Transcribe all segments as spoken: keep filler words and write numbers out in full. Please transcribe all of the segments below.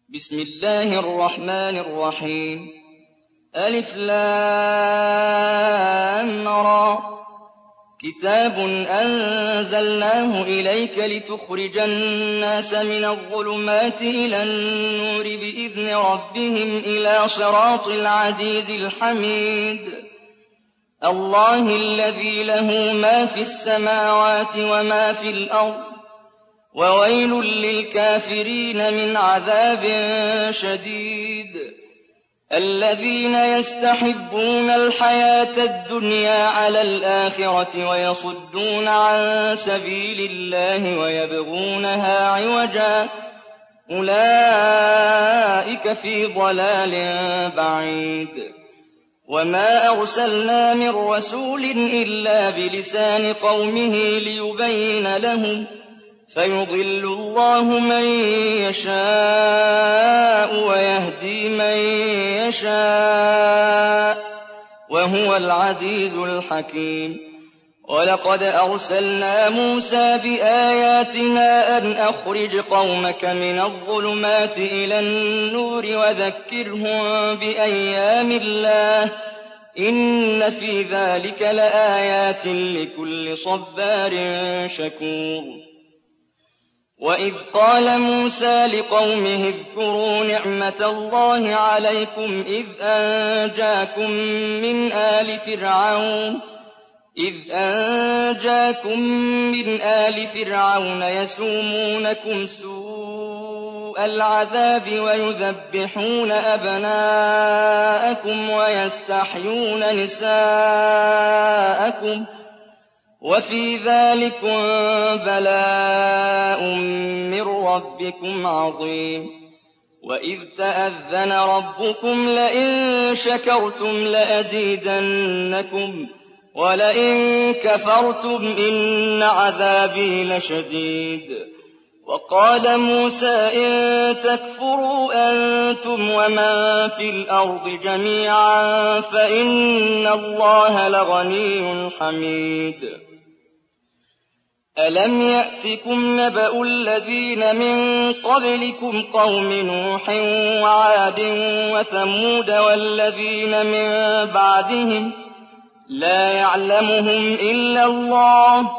بسم الله الرحمن الرحيم ألف لام را كتاب أنزلناه إليك لتخرج الناس من الظلمات إلى النور بإذن ربهم إلى صراط العزيز الحميد الله الذي له ما في السماوات وما في الأرض وويل للكافرين من عذاب شديد الذين يستحبون الحياة الدنيا على الآخرة ويصدون عن سبيل الله ويبغونها عوجا أولئك في ضلال بعيد وما أرسلنا من رسول إلا بلسان قومه ليبين لهم فيضل الله من يشاء ويهدي من يشاء وهو العزيز الحكيم ولقد أرسلنا موسى بآياتنا أن أخرج قومك من الظلمات إلى النور وذكرهم بأيام الله إن في ذلك لآيات لكل صبار شكور وإذ قال موسى لقومه اذكروا نعمة الله عليكم إذ أنجاكم من آل فرعون إذ أنجاكم من آل فرعون يسومونكم سوء العذاب ويذبحون أبناءكم ويستحيون نساءكم وفي ذلكم بلاء من ربكم عظيم وإذ تأذن ربكم لئن شكرتم لأزيدنكم ولئن كفرتم إن عذابي لشديد وقال موسى إن تكفروا أنتم ومن في الأرض جميعا فإن الله لغني حميد ألم يأتكم نبأ الذين من قبلكم قوم نوح وعاد وثمود والذين من بعدهم لا يعلمهم إلا الله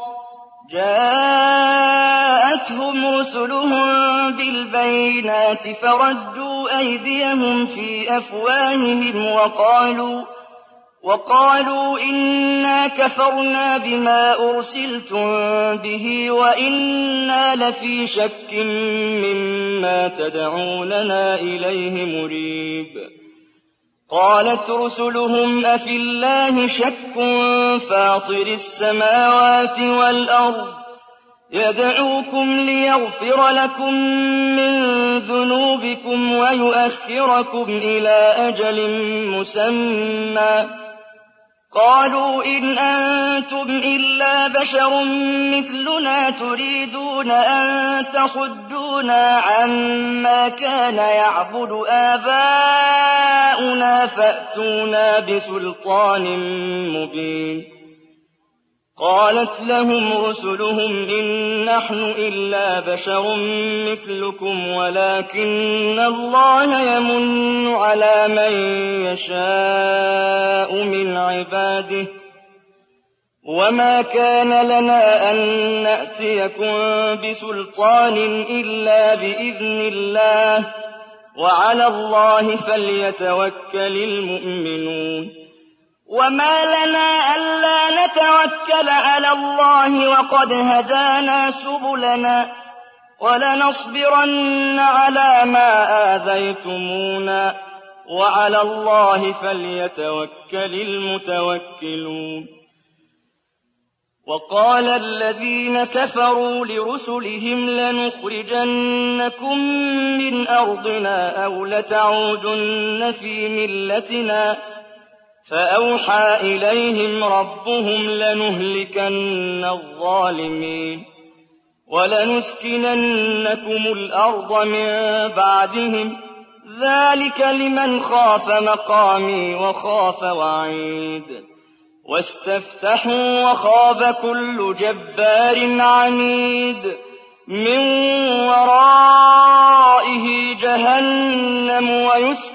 جاءتهم رسلهم بالبينات فردوا أيديهم في أفواههم وقالوا وقالوا إنا كفرنا بما أرسلتم به وإنا لفي شك مما تدعوننا إليه مريب قالت رسلهم أفي الله شك فاطر السماوات والأرض يدعوكم ليغفر لكم من ذنوبكم ويؤخركم إلى أجل مسمى قالوا إن أنتم إلا بشر مثلنا تريدون أن تصدونا عما كان يعبد آباؤنا فأتونا بسلطان مبين قالت لهم رسلهم إن نحن إلا بشر مثلكم ولكن الله يمن على من يشاء من عباده وما كان لنا أن نأتيكم بسلطان إلا بإذن الله وعلى الله فليتوكل المؤمنون وما لنا ألا نتوكل على الله وقد هدانا سبلنا ولنصبرن على ما آذيتمونا وعلى الله فليتوكل المتوكلون وقال الذين كفروا لرسلهم لنخرجنكم من أرضنا أو لتعودن في ملتنا فأوحى إليهم ربهم لنهلكن الظالمين ولنسكننكم الأرض من بعدهم ذلك لمن خاف مقامي وخاف وعيد واستفتحوا وخاب كل جبار عنيد من ورائه جهنم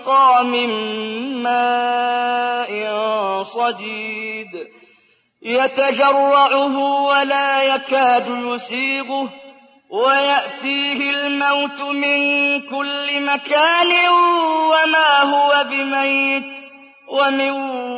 يُسْقَىٰ مِن مَّاءٍ صَدِيدٍ يَتَجَرَّعُهُ وَلَا يَكَادُ يُسِيغُهُ وَيَأْتِيهِ الْمَوْتُ مِن كُلِّ مَكَانٍ وَمَا هُوَ بِمَيِّتٍ وَمِن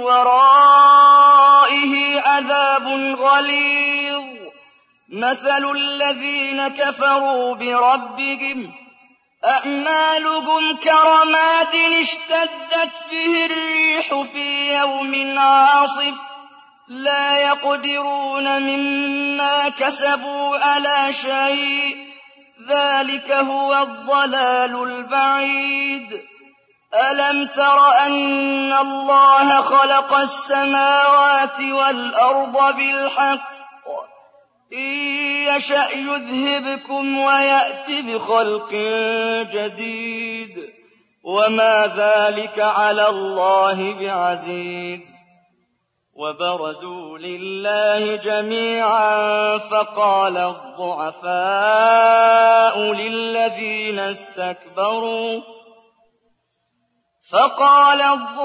وَرَائِهِ عَذَابٌ غَلِيظٌ مَثَلُ الَّذِينَ كَفَرُوا بِرَبِّهِمْ أَعْمَالُهُمْ كَرَمَادٍ اشْتَدَّتْ بِهِ الرِّيحُ فِي يَوْمٍ عَاصِفٍ لَّا يَقْدِرُونَ مِمَّا كَسَبُوا عَلَىٰ شَيْءٍ ذَٰلِكَ هُوَ الضَّلَالُ الْبَعِيدُ أَلَمْ تَرَ أَنَّ اللَّهَ خَلَقَ السَّمَاوَاتِ وَالْأَرْضَ بِالْحَقِّ إِن يَشَأْ يُذْهِبْكُمْ وَيَأْتِ بِخَلْقٍ جَدِيدٍ وَمَا ذَٰلِكَ عَلَى اللَّهِ بِعَزِيزٍ وَبَرَزُوا لِلَّهِ جَمِيعًا فَقَالَ الضُّعَفَاءُ لِلَّذِينَ اسْتَكْبَرُوا فَقَالَ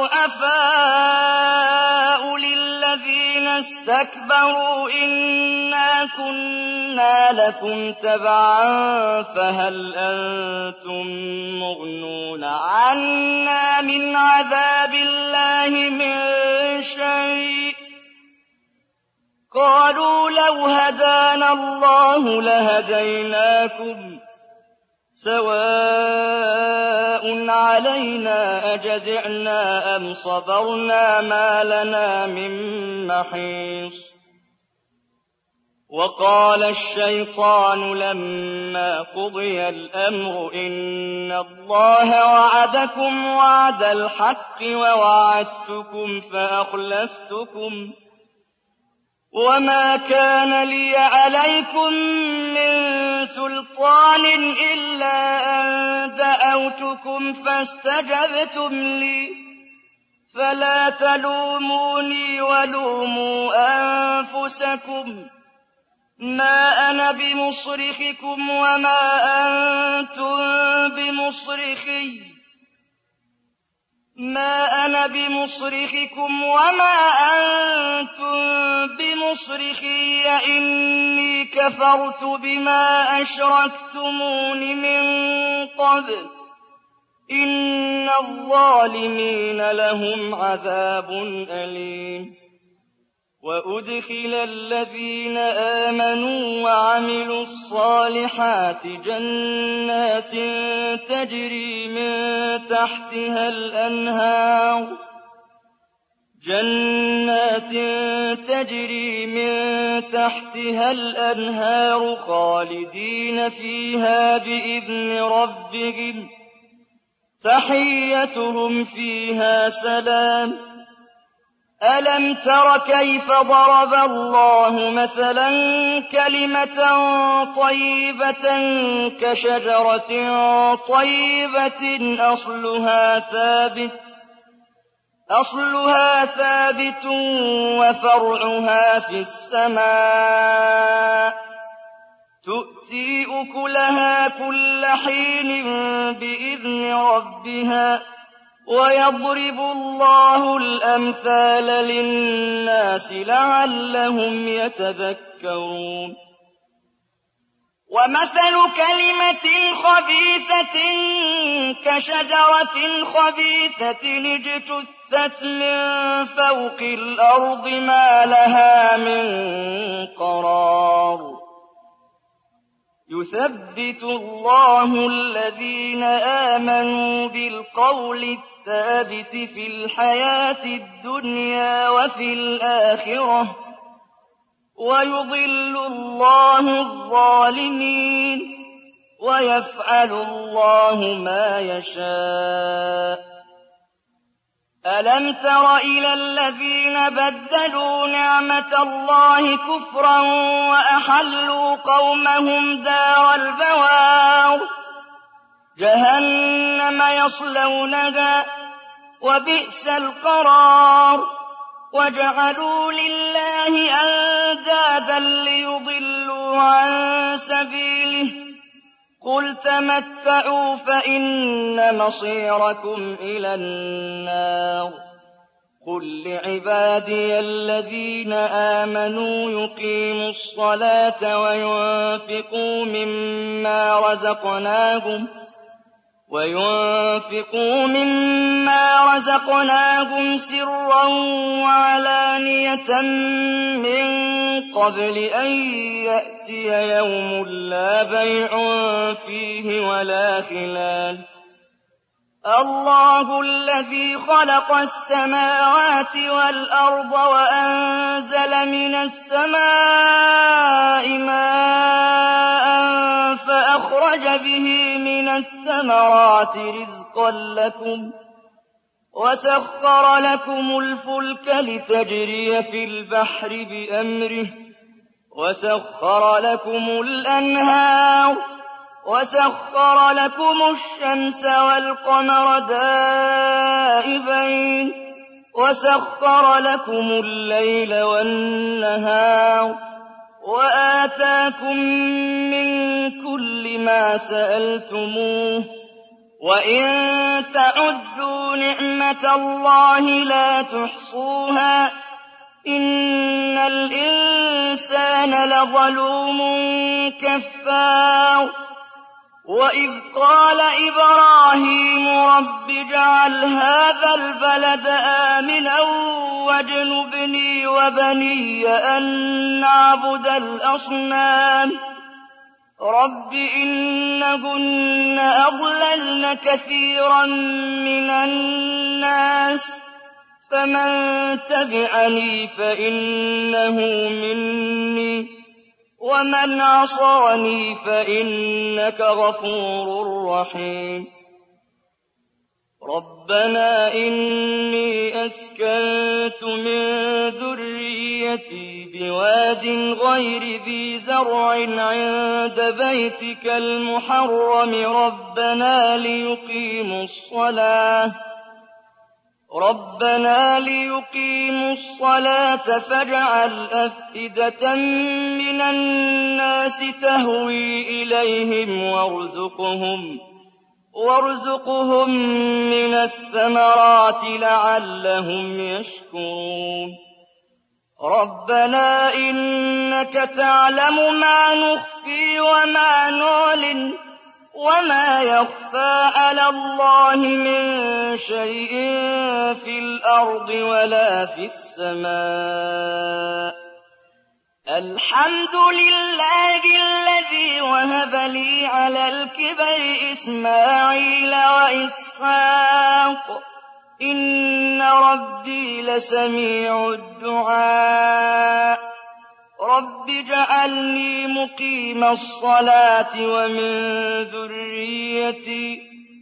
الضُّعَفَاءُ لِلَّذِينَ اسْتَكْبَرُوا إِنَّا كُنَّا لَكُمْ تَبَعًا فَهَلْ أَنتُم مُّغْنُونَ عَنَّا مِنْ عَذَابِ اللَّهِ مِن شَيْءٍ قَالُوا لَوْ هَدَانَا اللَّهُ لَهَدَيْنَاكُمْ سَوَاءٌ عَلَيْنَا أَجَزِعْنَا أَمْ صَبَرْنَا مَا لَنَا مِن مَّحِيصٍ وَقَالَ الشَّيْطَانُ لَمَّا قُضِيَ الْأَمْرُ إِنَّ اللَّهَ وَعَدَكُمْ وَعْدَ الْحَقِّ وَوَعَدتُّكُمْ فَأَخْلَفْتُكُمْ وَمَا كَانَ لِيَ عَلَيْكُم مِّن سُلْطَانٍ إِلَّا أَن دَعَوْتُكُمْ فَاسْتَجَبْتُمْ لِي فَلَا تَلُومُونِي وَلُومُوا أَنفُسَكُم مَّا أَنَا بِمُصْرِخِكُمْ وَمَا أَنتُم بِمُصْرِخِيَّ مَا أَنَا بِمُصْرِخِكُمْ وَمَا أَنتُم بِمُصْرِخِيَّ إِنِّي كَفَرْتُ بِمَا أَشْرَكْتُمُونِ مِن قَبْلُ إِنَّ الظَّالِمِينَ لَهُمْ عَذَابٌ أَلِيمٌ وَأُدْخِلَ الَّذِينَ آمَنُوا وَعَمِلُوا الصَّالِحَاتِ جَنَّاتٍ تَجْرِي مِن تَحْتِهَا الْأَنْهَارُ جَنَّاتٍ تَجْرِي مِن تَحْتِهَا الْأَنْهَارُ خَالِدِينَ فِيهَا بِإِذْنِ رَبِّهِمْ تَحِيَّتُهُمْ فِيهَا سَلَامٌ أَلَمْ تَرَ كَيْفَ ضَرَبَ اللَّهُ مَثَلًا كَلِمَةً طَيِّبَةً كَشَجَرَةٍ طَيِّبَةٍ أَصْلُهَا ثَابِتٌ أَصْلُهَا ثَابِتٌ وَفَرْعُهَا فِي السَّمَاءِ تُؤْتِي أُكُلَهَا كُلَّ حِينٍ بِإِذْنِ رَبِّهَا وَيَضْرِبُ اللَّهُ الْأَمْثَالَ لِلنَّاسِ لَعَلَّهُمْ يَتَذَكَّرُونَ وَمَثَلُ كَلِمَةٍ خَبِيثَةٍ كَشَجَرَةٍ خَبِيثَةٍ اجْتُثَّتْ مِن فَوْقِ الْأَرْضِ مَا لَهَا مِن قَرَارٍ يُثَبِّتُ اللَّهُ الَّذِينَ آمَنُوا بِالْقَوْلِ الثَّابِتِ فِي الْحَيَاةِ الدُّنْيَا وَفِي الْآخِرَةِ ۖ وَيُضِلُّ اللَّهُ الظَّالِمِينَ وَيَفْعَلُ اللَّهُ مَا يَشَاءُ أَلَمْ تَرَ إِلَى الَّذِينَ بَدَّلُوا نِعْمَةَ اللَّهِ كُفْرًا وَأَحَلُّوا قَوْمَهُمْ دَارَ الْبَوَارِ جَهَنَّمَ يَصْلَوْنَهَا وَبِئْسَ الْقَرَارُ وَجَعَلُوا لِلَّهِ أَندَادًا لِّيُضِلُّوا عَن سَبِيلِهِ قُلْ تَمَتَّعُوا فَإِنَّ مَصِيرَكُمْ إِلَى النَّارِ قُل لِّعِبَادِيَ الَّذِينَ آمَنُوا يُقِيمُوا الصَّلَاةَ وَيُنفِقُوا مِمَّا رَزَقْنَاهُمْ وَيُنفِقُوا مِمَّا رَزَقْنَاهُمْ سِرًّا وَعَلَانِيَةً مِّن قَبْلِ أَن يَأْتِيَ يَوْمٌ لَّا بَيْعٌ فِيهِ وَلَا خِلَالٌ اللَّهُ الَّذِي خَلَقَ السَّمَاوَاتِ وَالْأَرْضَ وَأَنزَلَ مِنَ السَّمَاءِ مَاءً فَأَخْرَجَ بِهِ مِنَ الثَّمَرَاتِ رِزْقًا لَّكُمْ وَسَخَّرَ لَكُمُ الْفُلْكَ لِتَجْرِيَ فِي الْبَحْرِ بِأَمْرِهِ وَسَخَّرَ لَكُمُ الْأَنْهَارَ وَسَخَّرَ لَكُمُ الشَّمْسَ وَالْقَمَرَ دَائِبَيْنِ وَسَخَّرَ لَكُمُ اللَّيْلَ وَالنَّهَارَ وَآتَاكُم مِّن كُلِّ مَا سَأَلْتُمُوهُ وَإِن تَعُدُّوا نِعْمَةَ اللَّهِ لَا تُحْصُوهَا إِنَّ الْإِنسَانَ لَظَلُومٌ كَفَّارٌ وَإِذْ قَالَ إِبْرَاهِيمُ رَبِّ اجْعَلْ هَٰذَا الْبَلَدَ آمِنًا وَاجْنُبْنِي وَبَنِيَّ أَن نَّعْبُدَ الْأَصْنَامَ رَبِّ إِنَّهُنَّ أَضْلَلْنَ كَثِيرًا مِّنَ النَّاسِ فَمَن تَبِعَنِي فَإِنَّهُ مِنِّي وَمَنْ عَصَانِي فَإِنَّكَ غَفُورٌ رَّحِيمٌ رَبَّنَا إِنِّي أَسْكَنتُ مِن ذُرِّيَّتِي بِوَادٍ غَيْرِ ذِي زَرْعٍ عِندَ بَيْتِكَ الْمُحَرَّمِ رَبَّنَا لِيُقِيمُوا الصَّلَاةَ رَبَّنَا لِيُقِيمُوا الصَّلَاةَ فَاجْعَلْ أَفْئِدَةً مِّنَ النَّاسِ تَهْوِي إِلَيْهِمْ وَارْزُقْهُم وَارْزُقْهُم مِّنَ الثَّمَرَاتِ لَعَلَّهُمْ يَشْكُرُونَ رَبَّنَا إِنَّكَ تَعْلَمُ مَا نُخْفِي وَمَا نُعْلِنُ وَمَا يَخْفَىٰ عَلَى اللَّهِ مِن شَيْءٍ فِي الْأَرْضِ وَلَا فِي السَّمَاءِ الْحَمْدُ لِلَّهِ الَّذِي وَهَبَ لِي عَلَى الْكِبَرِ إِسْمَاعِيلَ وَإِسْحَاقَ إِنَّ رَبِّي لَسَمِيعُ الدُّعَاءِ رَبِّ اجْعَلْنِي مُقِيمَ الصَّلَاةِ وَمِن ذُرِّيَّتِي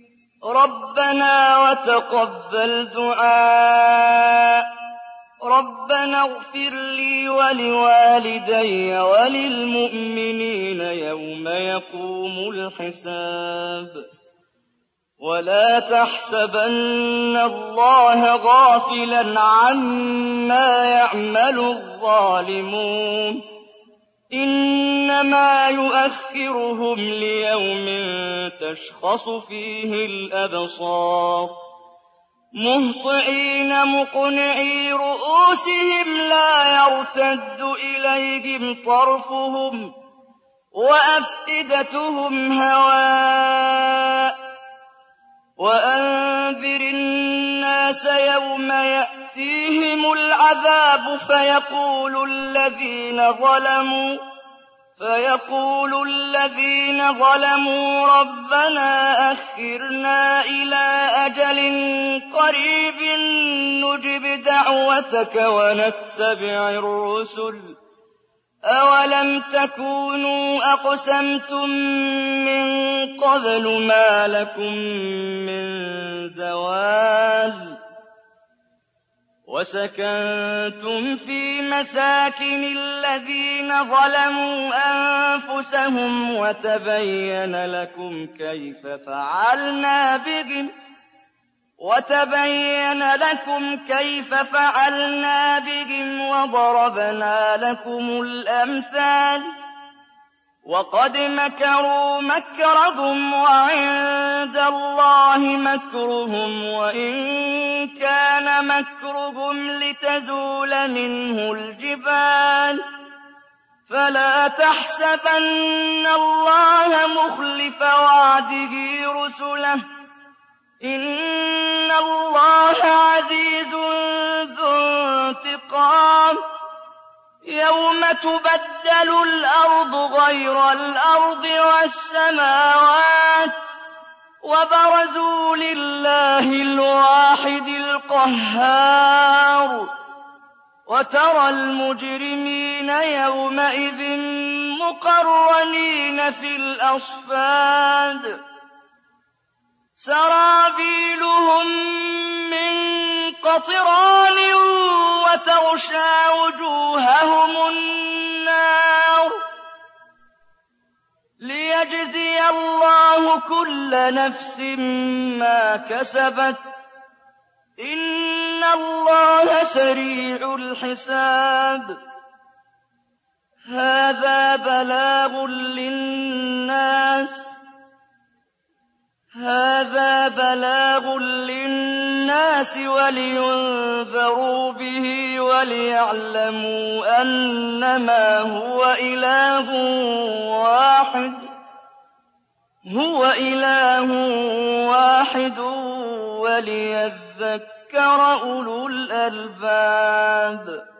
رَبَّنَا وَتَقَبَّلْ دُعَاءِ رَبَّنَا اغْفِرْ لِي وَلِوَالِدَيَّ وَلِلْمُؤْمِنِينَ يَوْمَ يَقُومُ الْحِسَابُ وَلَا تَحْسَبَنَّ اللَّهَ غَافِلًا عَمَّا يَعْمَلُ الظَّالِمُونَ إِنَّمَا يُؤَخِّرُهُمْ لِيَوْمٍ تَشْخَصُ فِيهِ الْأَبْصَارُ مُهْطِعِينَ مُقْنِعِي رُءُوسِهِمْ لَا يَرْتَدُّ إِلَيْهِمْ طَرْفُهُمْ وَأَفْئِدَتُهُمْ هَوَاءٌ وَأَنذِرِ النَّاسَ يَوْمَ يَأْتِيهِمُ الْعَذَابُ فَيَقُولُ الَّذِينَ ظَلَمُوا فَيَقُولُ الَّذِينَ ظَلَمُوا رَبَّنَا أَخِّرْنَا إِلَىٰ أَجَلٍ قَرِيبٍ نُّجِبْ دَعْوَتَكَ وَنَتَّبِعِ الرُّسُلَ أَوَلَمْ تَكُونُوا أَقْسَمْتُم مِّن قَبْلُ مَا لَكُم مِّن زَوَالٍ وَسَكَنتُمْ فِي مَسَاكِنِ الَّذِينَ ظَلَمُوا أَنفُسَهُمْ وَتَبَيَّنَ لَكُمْ كَيْفَ فَعَلْنَا بِهِمْ وَتَبَيَّنَ لَكُمْ كَيْفَ فَعَلْنَا بِهِمْ وَضَرَبْنَا لَكُمُ الْأَمْثَالَ وَقَدْ مَكَرُوا مَكْرَهُمْ وَعِندَ اللَّهِ مَكْرُهُمْ وَإِن كَانَ مَكْرُهُمْ لِتَزُولَ مِنْهُ الْجِبَالُ فَلَا تَحْسَبَنَّ اللَّهَ مُخْلِفَ وَعْدِهِ رُسُلَهُ ۗ إِنَّ اللَّهَ عَزِيزٌ ذُو انتِقَامٍ يَوْمَ تُبَدَّلُ الْأَرْضُ غَيْرَ الْأَرْضِ وَالسَّمَاوَاتُ وَبَرَزُوا لِلَّهِ الْوَاحِدِ الْقَهَّارِ وَتَرَى الْمُجْرِمِينَ يَوْمَئِذٍ مُّقَرَّنِينَ فِي الْأَصْفَادِ سَرَابِيلُهُم مِّن قَطِرَانٍ وَتَغْشَىٰ وُجُوهَهُمُ النَّارُ لِيَجْزِيَ اللَّهُ كُلَّ نَفْسٍ مَّا كَسَبَتْ ۚ إِنَّ اللَّهَ سَرِيعُ الْحِسَابِ هَٰذَا بَلَاغٌ لِّلنَّاسِ هَٰذَا بَلَاغٌ لِّلنَّاسِ وَلِيُنذَرُوا بِهِ وَلِيَعْلَمُوا أَنَّمَا هُوَ إِلَٰهٌ وَاحِدٌ هُوَ إِلَٰهٌ وَاحِدٌ وَلِيَذَّكَّرَ أُولُو الْأَلْبَابِ